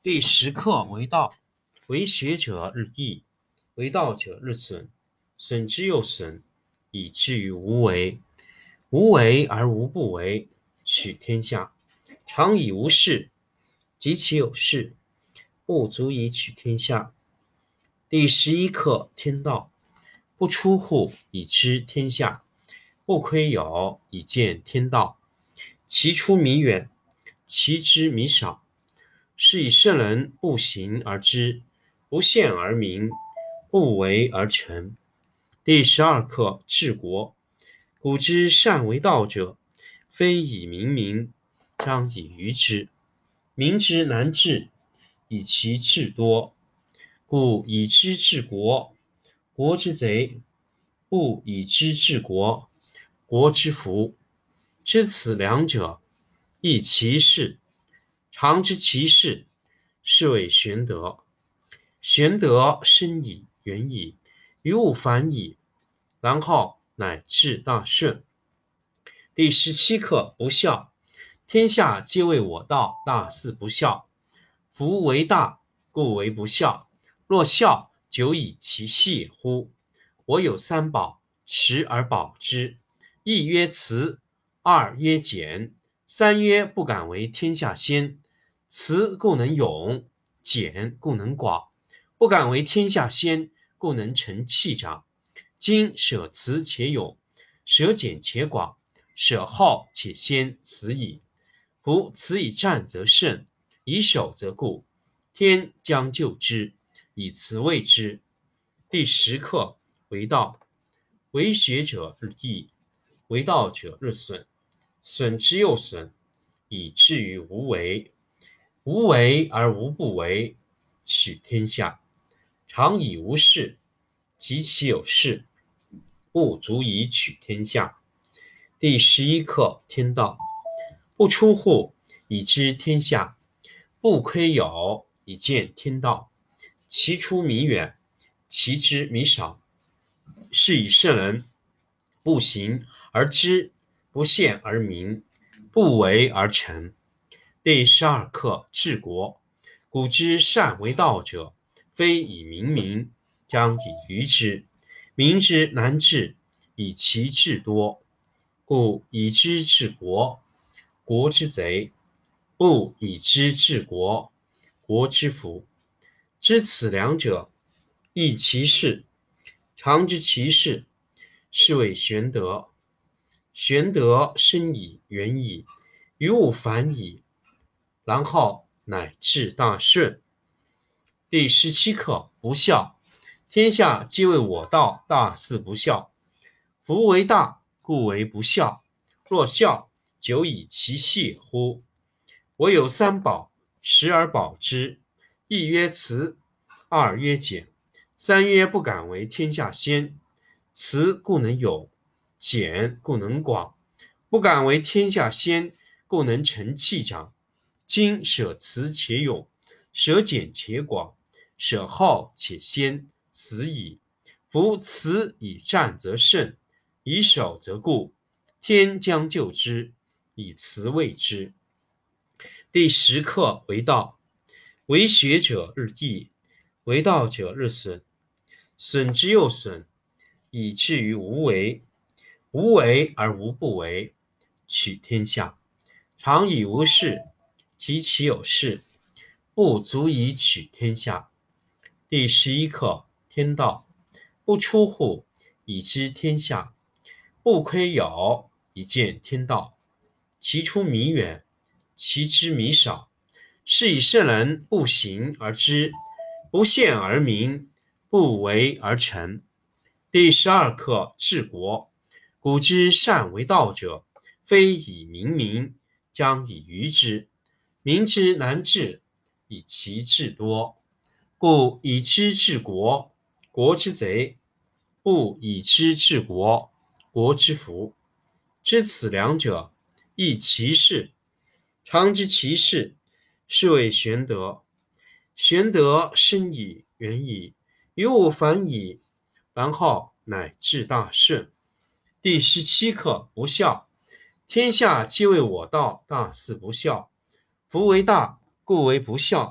第10课为道，为学者日益，为道者日损，损之又损，以至于无为。无为而无不为，取天下常以无事，及其有事，不足以取天下。第11课天道，不出户以知天下，不窥牖以见天道。其出弥远，其知弥少。是以圣人不行而知，不见而明，不为而成。第12课治国。古之善为道者，非以明民，张以愚之。民之难治，以其智多。故以知治国，国之贼；不以知治国，国之福。知此两者，亦其事。常知其事，是谓玄德。玄德深矣，远矣，于物反矣，然后乃至大顺。第17课不孝。天下皆谓我道，大肆不孝。夫为大，故为不孝。若孝，久以其细也乎？我有三宝，持而保之。一曰慈，二曰俭，三曰不敢为天下先。慈故能勇，俭故能广。不敢为天下先，故能成器长。今舍慈且勇，舍俭且广，舍好且先，死矣。夫慈以战则胜，以守则固。天将就之，以慈卫之。第10课为道，为学者日益，为道者日损，损之又损，以至于无为。无为而无不为，取天下常以无事，及其有事，不足以取天下。第11课天道，不出户以知天下，不窥牖以见天道。其出弥远，其知弥少。是以圣人不行而知，不见而明，不为而成。第12课治国。古之善为道者，非以明民，张以愚之。民之难治，以其智多。故以知治国，国之贼；不以知治国，国之福。知此两者，亦其事。常知其事，是谓玄德。玄德深矣，远矣，于物反矣，然后乃至大顺。第17课不孝。天下皆谓我道，大肆不孝。夫为大，故为不孝。若孝，久以其细也乎？我有三宝，持而保之。一曰慈，二曰俭，三曰不敢为天下先。慈故能勇，俭故能广。不敢为天下先，故能成器长。今舍慈且勇，舍俭且广，舍好且先，死矣。夫慈以战则胜，以守则固。天将就之，以慈卫之。第10课为道，为学者日益，为道者日损，损之又损，以至于无为。无为而无不为，取天下常以无事，及其有事，不足以取天下。第11课天道，不出户以知天下，不窥牖以见天道。其出弥远，其知弥少。是以圣人不行而知，不见而明，不为而成。第12课治国。古之善为道者，非以明民，张以愚之。民之难治，以其智多。故以知治国，国之贼；不以知治国，国之福。知此两者，亦其事。常知其事，是谓玄德。玄德深矣，远矣，于物反矣，然后乃至大顺。第17课不孝。天下皆谓我道，大肆不孝。夫为大，故为不孝。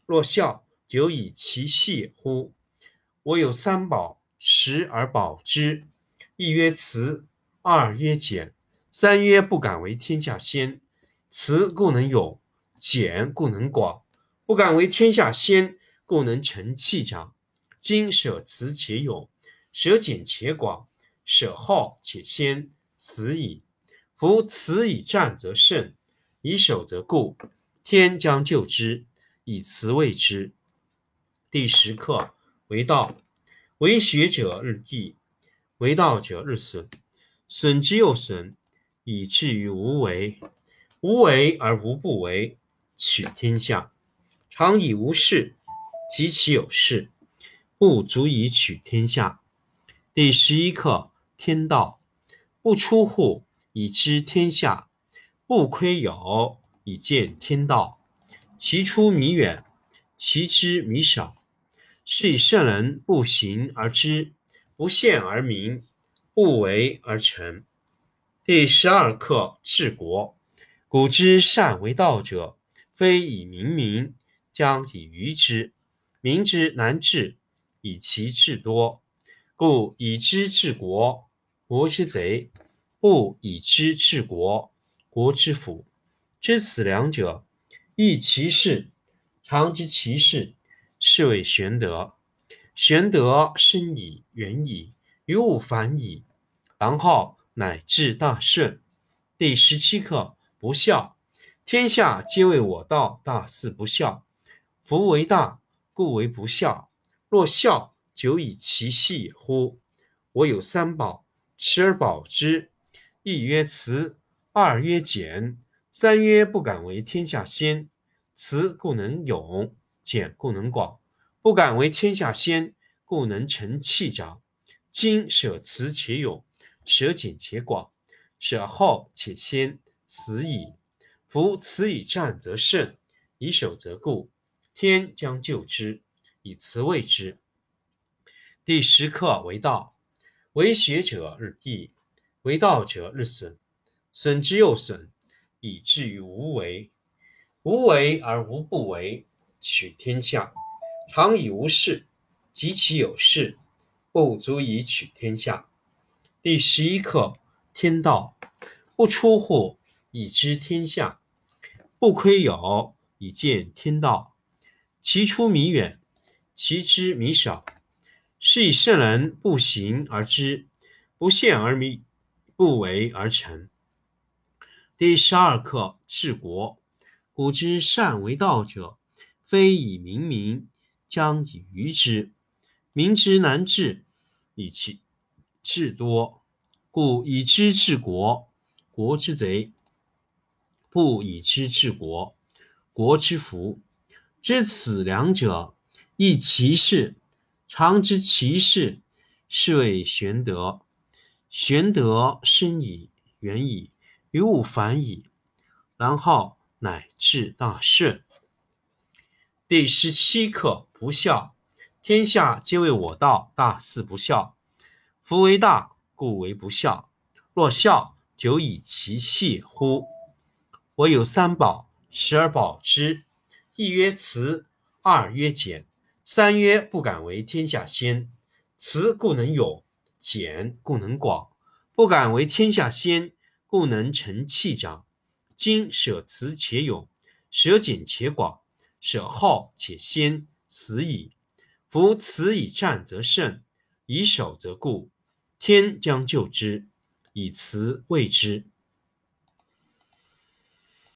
若孝，久以其细也乎？我有三宝，持而保之。一曰慈，二曰俭，三曰不敢为天下先。慈故能勇，俭故能广。不敢为天下先，故能成器长。今舍慈且勇，舍俭且广，舍好且先，死矣。夫慈以战则胜，以守则固。天将救之，以慈卫之。第10课为道，为学者日益，为道者日损，损之又损，以至于无为。无为而无不为，取天下常以无事，及其有事，不足以取天下。第11课天道，不出户，以知天下；不窥牖，以见天道。其出弥远，其知弥少。是以圣人不行而知，不见而明，不为而成。第12课治国。古之善为道者，非以明民，将以愚之。民之难治，以其智多。故以知治国，国之贼；不以知治国，国之福。知此两者，亦其事。常知其事，是谓玄德。玄德深矣，远矣，于物反矣，然后乃至大顺。第17课不孝。天下皆谓我道，大肆不孝。夫为大，故为不孝。若孝，久以其细也乎？我有三宝，持而保之。一曰慈，二曰俭，三曰不敢为天下先。慈故能勇，俭故能广。不敢为天下先，故能成器长。今舍慈且勇，舍俭且广，舍好且先，死矣。夫慈以战则胜，以守则固。天将救之，以慈卫之。第10课为道，为学者日益，为道者日损，损之又损，以至于无为。无为而无不为，取天下常以无事，及其有事，不足以取天下。第11课天道，不出户，以知天下；不窥牖，以见天道。其出弥远，其知弥少。是以圣人不行而知，不见而明，不为而成。第12课治国。古之善为道者，非以明民，将以愚之。民之难治，以其智多。故以知治国，国之贼；不以知治国，国之福。知此两者，亦其事。常知其事，是谓玄德。玄德深矣，远矣，于物反矣，然后乃至大顺。第17课不孝。天下皆谓我道，大肆不孝。夫为大，故为不孝。若孝，久以其细也乎？我有三宝，持而保之。一曰慈，二曰俭，三曰不敢为天下先。慈故能勇，俭故能广。不敢为天下先，故能成器长。今舍慈且勇，舍俭且广，舍好且先，死矣。夫慈以战则胜，以守则固。天将救之，以慈卫之。